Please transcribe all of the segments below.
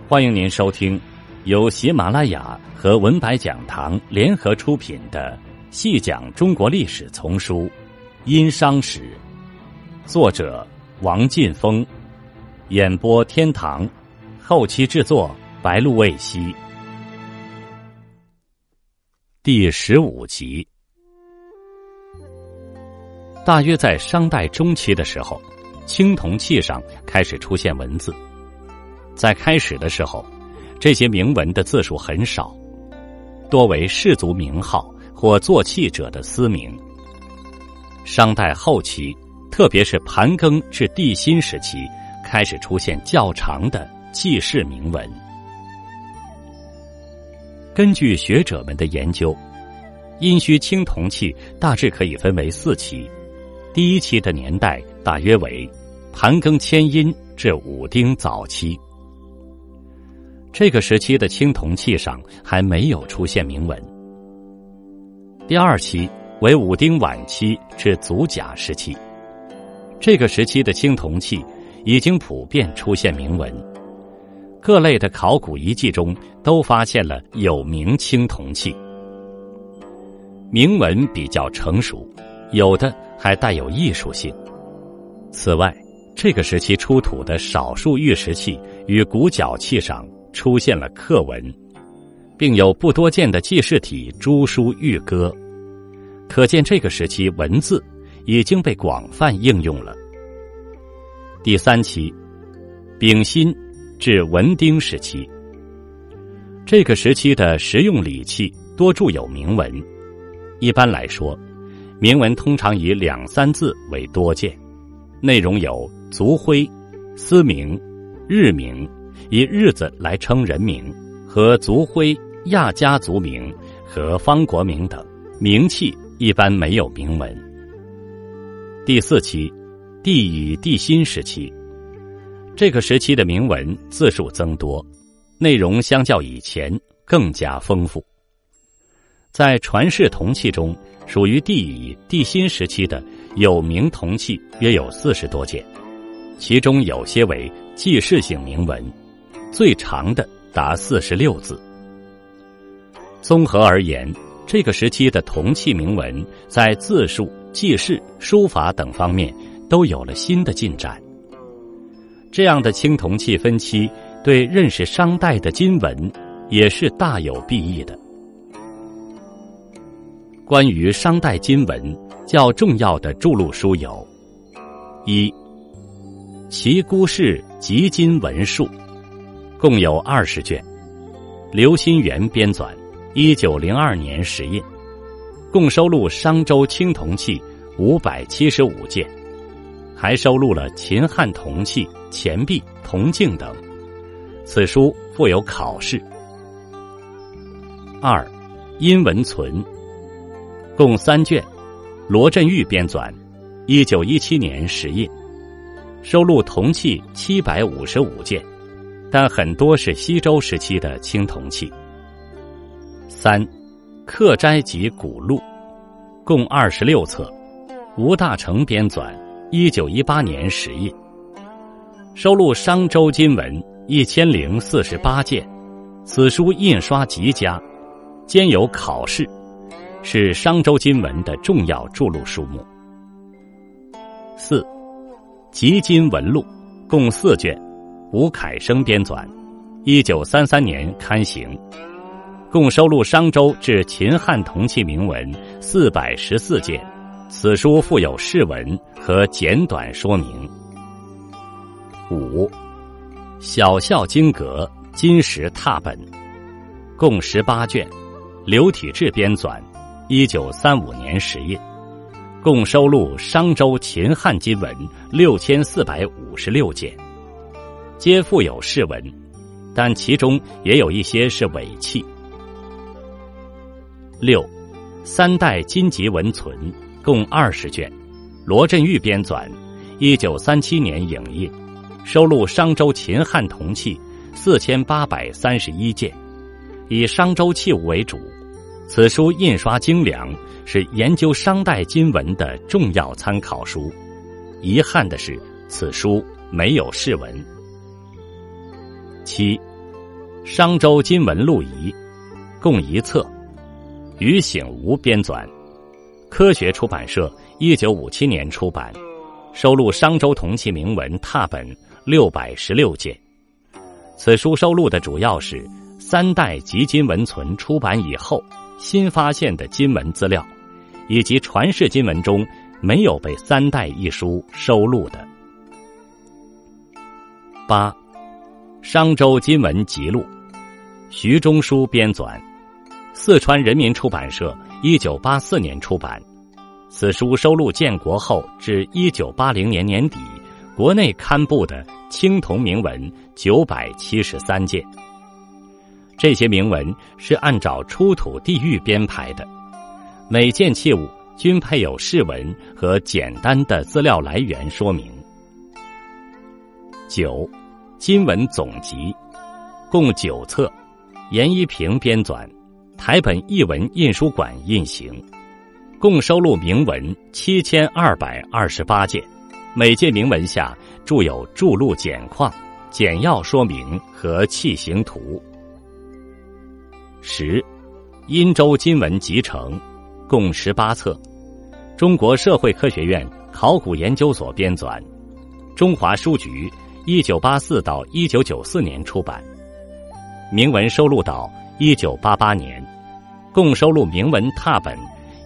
欢迎您收听由喜马拉雅和文白讲堂联合出品的细讲中国历史丛书《殷商史》，作者王劲峰，演播天堂，后期制作白露未晞。第15集。大约在商代中期的时候，青铜器上开始出现文字。在开始的时候，这些铭文的字数很少，多为氏族名号或做器者的私名。商代后期，特别是盘庚至帝辛时期，开始出现较长的记事铭文。根据学者们的研究，殷墟青铜器大致可以分为4期。第一期的年代大约为盘庚迁殷至武丁早期。这个时期的青铜器上还没有出现铭文。第二期为武丁晚期至祖甲时期，这个时期的青铜器已经普遍出现铭文，各类的考古遗迹中都发现了有铭青铜器，铭文比较成熟，有的还带有艺术性。此外，这个时期出土的少数玉石器与骨角器上出现了刻文，并有不多见的记事体朱书玉戈，可见这个时期文字已经被广泛应用了。第3期，丙辛至文丁时期，这个时期的实用礼器多铸有铭文。一般来说，铭文通常以2、3字为多见，内容有族徽、司名、日名，以日子来称人名，和族徽、亚家族名和方国名等。名器一般没有铭文。第4期，帝与帝辛时期，这个时期的铭文字数增多，内容相较以前更加丰富。在传世铜器中，属于帝与帝辛时期的有铭铜器约有40多件，其中有些为记事性铭文，最长的达46字。综合而言，这个时期的铜器铭文在字数、记事、书法等方面都有了新的进展。这样的青铜器分期对认识商代的金文也是大有裨益的。关于商代金文较重要的著录书有：一、齐姑氏集金文述，共有20卷，刘心元编纂，1902年实印，共收录商周青铜器575件，还收录了秦汉铜器、钱币、铜镜等。此书附有考试。2、殷文存，共3卷，罗振玉编纂，1917年实印，收录铜器755件，但很多是西周时期的青铜器。3、刻斋集古录，共26册，吴大成编纂，1918年实印，收录商周金文1048件。此书印刷极佳，兼有考试，是商周金文的重要著录书目。4、集金文录，共4卷，吴凯生编纂，1933年刊行，共收录商周至秦汉铜器铭文414件，此书附有释文和简短说明。5、小孝经阁金石拓本，共18卷，刘体志编纂，1935年实印，共收录商周秦汉金文6456件，皆附有释文，但其中也有一些是伪器。6、3代金籍文存，共20卷，罗振玉编纂，1937年影印，收录商周秦汉铜器4831件，以商周器物为主。此书印刷精良，是研究商代金文的重要参考书。遗憾的是，此书没有释文。7、 商周金文录遗，共一册，于醒吾编纂，科学出版社1957年出版，收录商周铜器铭文拓本616件。此书收录的主要是3代集金文存出版以后新发现的金文资料，以及传世金文中没有被3代一书收录的。8. 商周金文集录，徐中书编纂，四川人民出版社1984年出版。此书收录建国后至1980年年底国内刊布的青铜铭文973件。这些铭文是按照出土地域编排的，每件器物均配有释文和简单的资料来源说明。9. 金文总集，共9册，严一平编纂，台本译文印书馆印行，共收录铭文7228件，每件铭文下注有注录简况、简要说明和器形图。10. 殷周金文集成，共18册，中国社会科学院考古研究所编纂，中华书局1984到1994年出版。铭文收录到1988年，共收录铭文拓本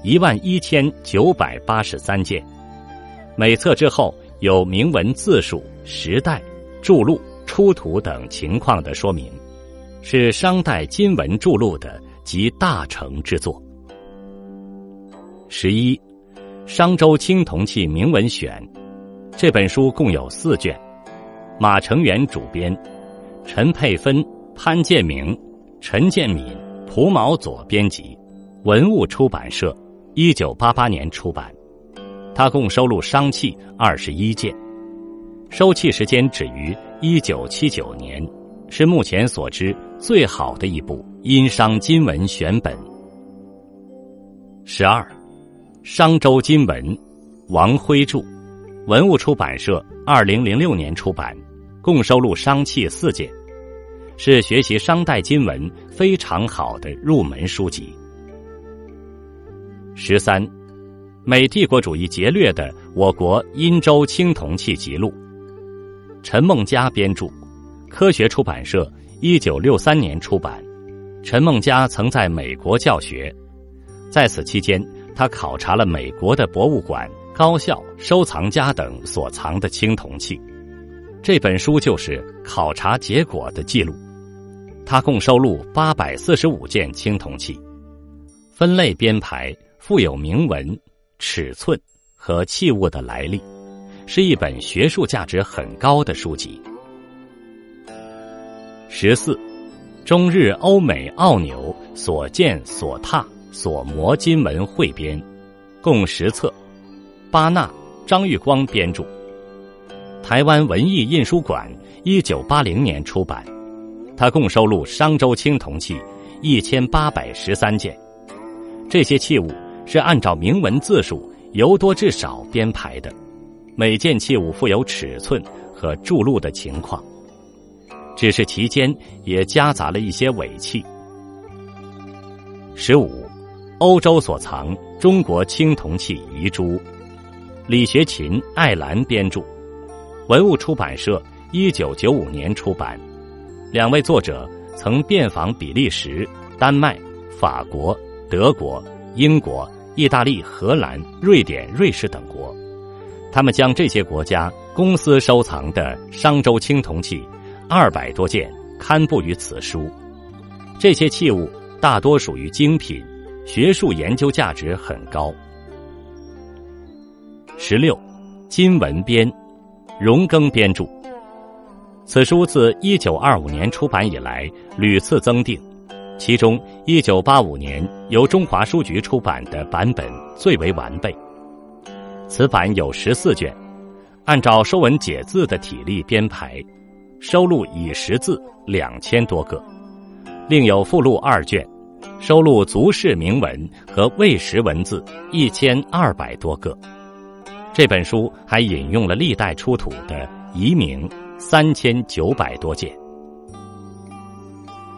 11983件，每册之后有铭文字数、时代、注录、出土等情况的说明，是商代金文注录的集大成之作。11. 商周青铜器铭文选，这本书共有4卷，马成元主编，陈佩芬、潘建明、陈建敏、蒲毛佐编辑，文物出版社1988年出版。它共收录商器21件，收器时间止于1979年，是目前所知最好的一部殷商金文选本。12. 商周金文，王辉著，文物出版社2006年出版，共收录商器4件，是学习商代金文非常好的入门书籍。13. 美帝国主义劫掠的我国殷周青铜器集录，陈梦家编著，科学出版社1963年出版。陈梦家曾在美国教学，在此期间他考察了美国的博物馆、高校、收藏家等所藏的青铜器，这本书就是考察结果的记录。他共收录845件青铜器，分类编排，附有铭文、尺寸和器物的来历，是一本学术价值很高的书籍。14. 中日欧美澳纽所见所拓所磨金文汇编，共10册，巴纳、张玉光编著，台湾文艺印书馆1980年出版。它共收录商周青铜器1813件，这些器物是按照铭文字数由多至少编排的，每件器物附有尺寸和注录的情况，只是其间也夹杂了一些伪器。15. 欧洲所藏中国青铜器遗珠，李学勤、艾兰编著，文物出版社1995年出版。2位作者曾遍访比利时、丹麦、法国、德国、英国、意大利、荷兰、瑞典、瑞士等国，他们将这些国家公司收藏的商周青铜器200多件刊布于此书。这些器物大多属于精品，学术研究价值很高。16. 金文编，荣庚编著，此书自1925年出版以来屡次增订，其中1985年由中华书局出版的版本最为完备。此版有14卷，按照《说文解字》的体例编排，收录已识字2000多个，另有附录2卷，收录族氏铭文和未识文字1200多个。这本书还引用了历代出土的遗铭3900多件。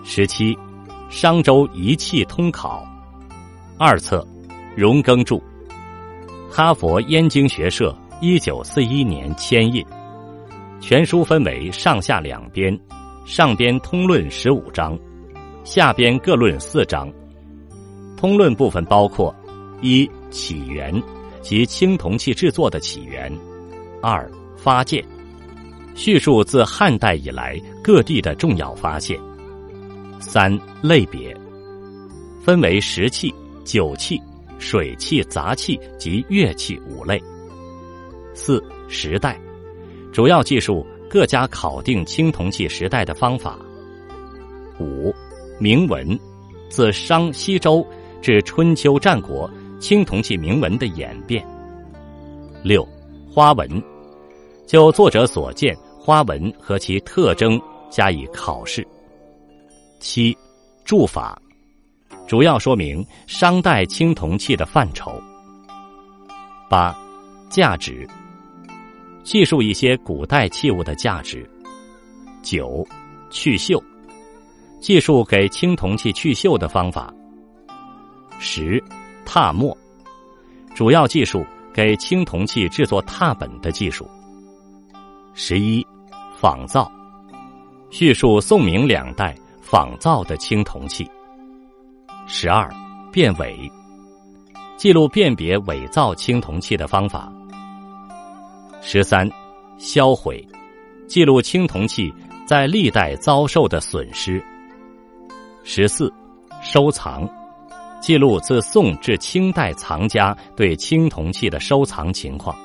17. 商周仪器通考。二册，荣庚著。哈佛燕京学社1941年签印。全书分为上下两编，上编通论15章，下编各论4章。通论部分包括：一、起源及青铜器制作的起源；二、发现，叙述自汉代以来各地的重要发现；三、类别，分为石器、酒器、水器、杂器及乐器5类；四、时代，主要记述各家考定青铜器时代的方法；五、铭文，自商西周至春秋战国青铜器铭文的演变；六、花纹，就作者所见花纹和其特征加以考试；七、注法，主要说明商代青铜器的范畴；八、价值，记述一些古代器物的价值；九、去锈，记述给青铜器去锈的方法；十、拓墨，主要记述给青铜器制作拓本的技术；11、仿造，叙述宋明2代仿造的青铜器；12、辨伪，记录辨别伪造青铜器的方法；13、销毁，记录青铜器在历代遭受的损失；14、收藏，记录自宋至清代藏家对青铜器的收藏情况；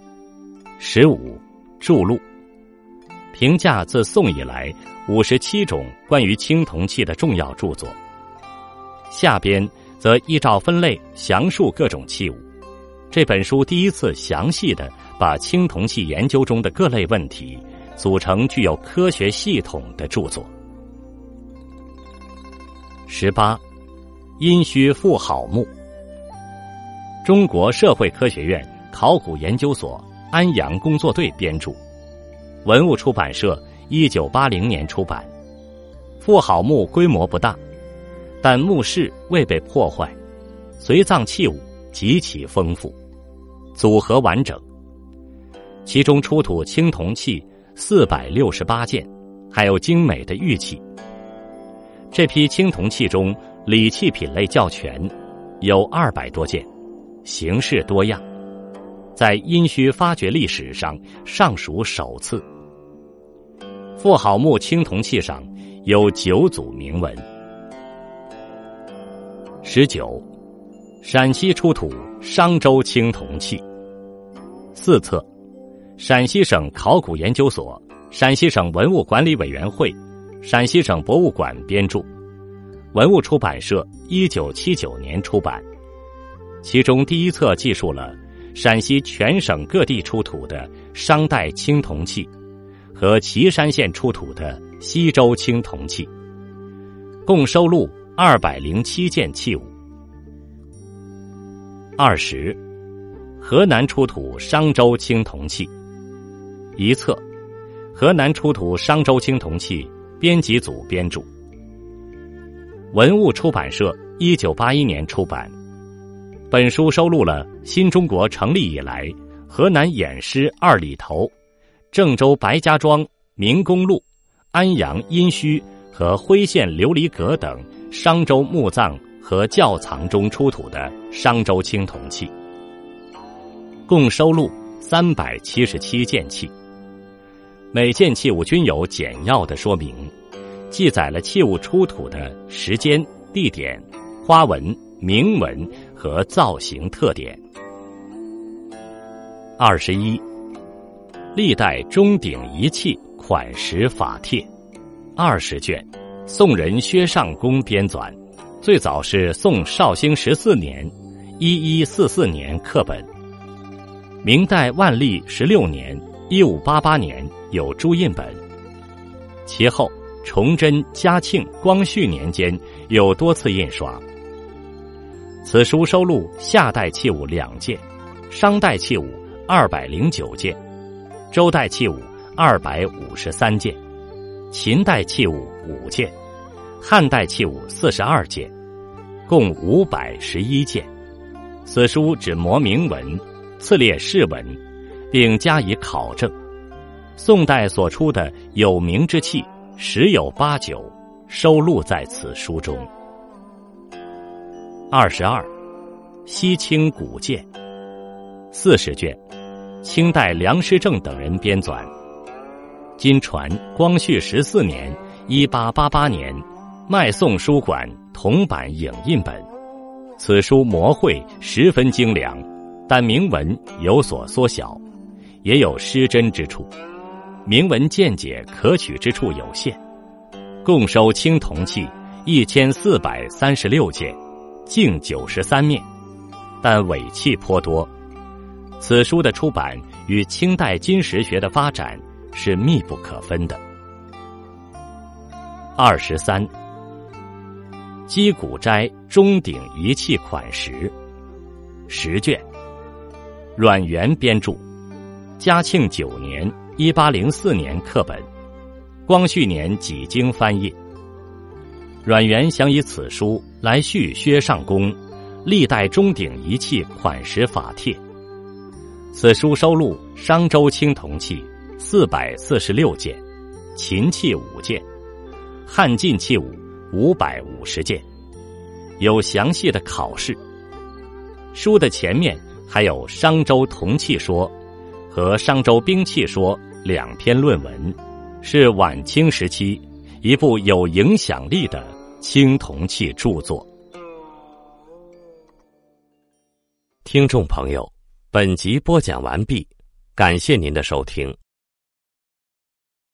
15、注录，评价自宋以来57种关于青铜器的重要著作。下边则依照分类详述各种器物。这本书第一次详细地把青铜器研究中的各类问题组成具有科学系统的著作。18、殷墟妇好墓，中国社会科学院考古研究所安阳工作队编著，文物出版社1980年出版。妇好墓规模不大，但墓室未被破坏，随葬器物极其丰富，组合完整。其中出土青铜器468件，还有精美的玉器。这批青铜器中礼器品类较全，有200多件，形式多样，在殷墟发掘历史上尚属首次。妇好墓青铜器上有9组铭文。19、陕西出土商周青铜器。4册，陕西省考古研究所、陕西省文物管理委员会、陕西省博物馆编著，文物出版社1979年出版。其中第1册记述了陕西全省各地出土的商代青铜器和岐山县出土的西周青铜器，共收录207件器物。20、河南出土商周青铜器。1册，河南出土商周青铜器编辑组编著，文物出版社1981年出版。本书收录了新中国成立以来河南偃师2里头、郑州白家庄、明公路、安阳殷墟和徽县琉璃阁等商周墓葬和窖藏中出土的商周青铜器，共收录377件器。每件器物均有简要的说明，记载了器物出土的时间、地点、花纹、铭文和造型特点。21、历代钟鼎仪器款式法帖，20卷，宋人薛尚公编纂，最早是宋绍兴14年1144年刻本，明代万历16年1588年有朱印本，其后崇祯、嘉庆、光绪年间有多次印刷。此书收录夏代器物2件，商代器物209件，周代器物253件，秦代器物5件， 汉代器物42件，共511件。此书只摹铭文，次列释文，并加以考证。宋代所出的有名之器十有八九收录在此书中。22. 西清古鉴，40卷，清代梁师正等人编纂，今传光绪14年1888年麦宋书馆铜版影印本。此书摹绘十分精良，但铭文有所缩小，也有失真之处，铭文见解可取之处有限。共收青铜器1436件，径93面，但伪器颇多。此书的出版与清代金石学的发展是密不可分的。23. 击鼓斋钟鼎仪器款识，10卷，阮元编著，嘉庆9年1804年刻本，光绪年几经翻印。阮元想以此书来续薛尚公历代钟鼎仪器款识法帖。此书收录商周青铜器446件，秦器5件，汉晋器物550件，有详细的考试。书的前面还有商周铜器说和商周兵器说2篇论文，是晚清时期一部有影响力的青铜器著作。听众朋友，本集播讲完毕，感谢您的收听。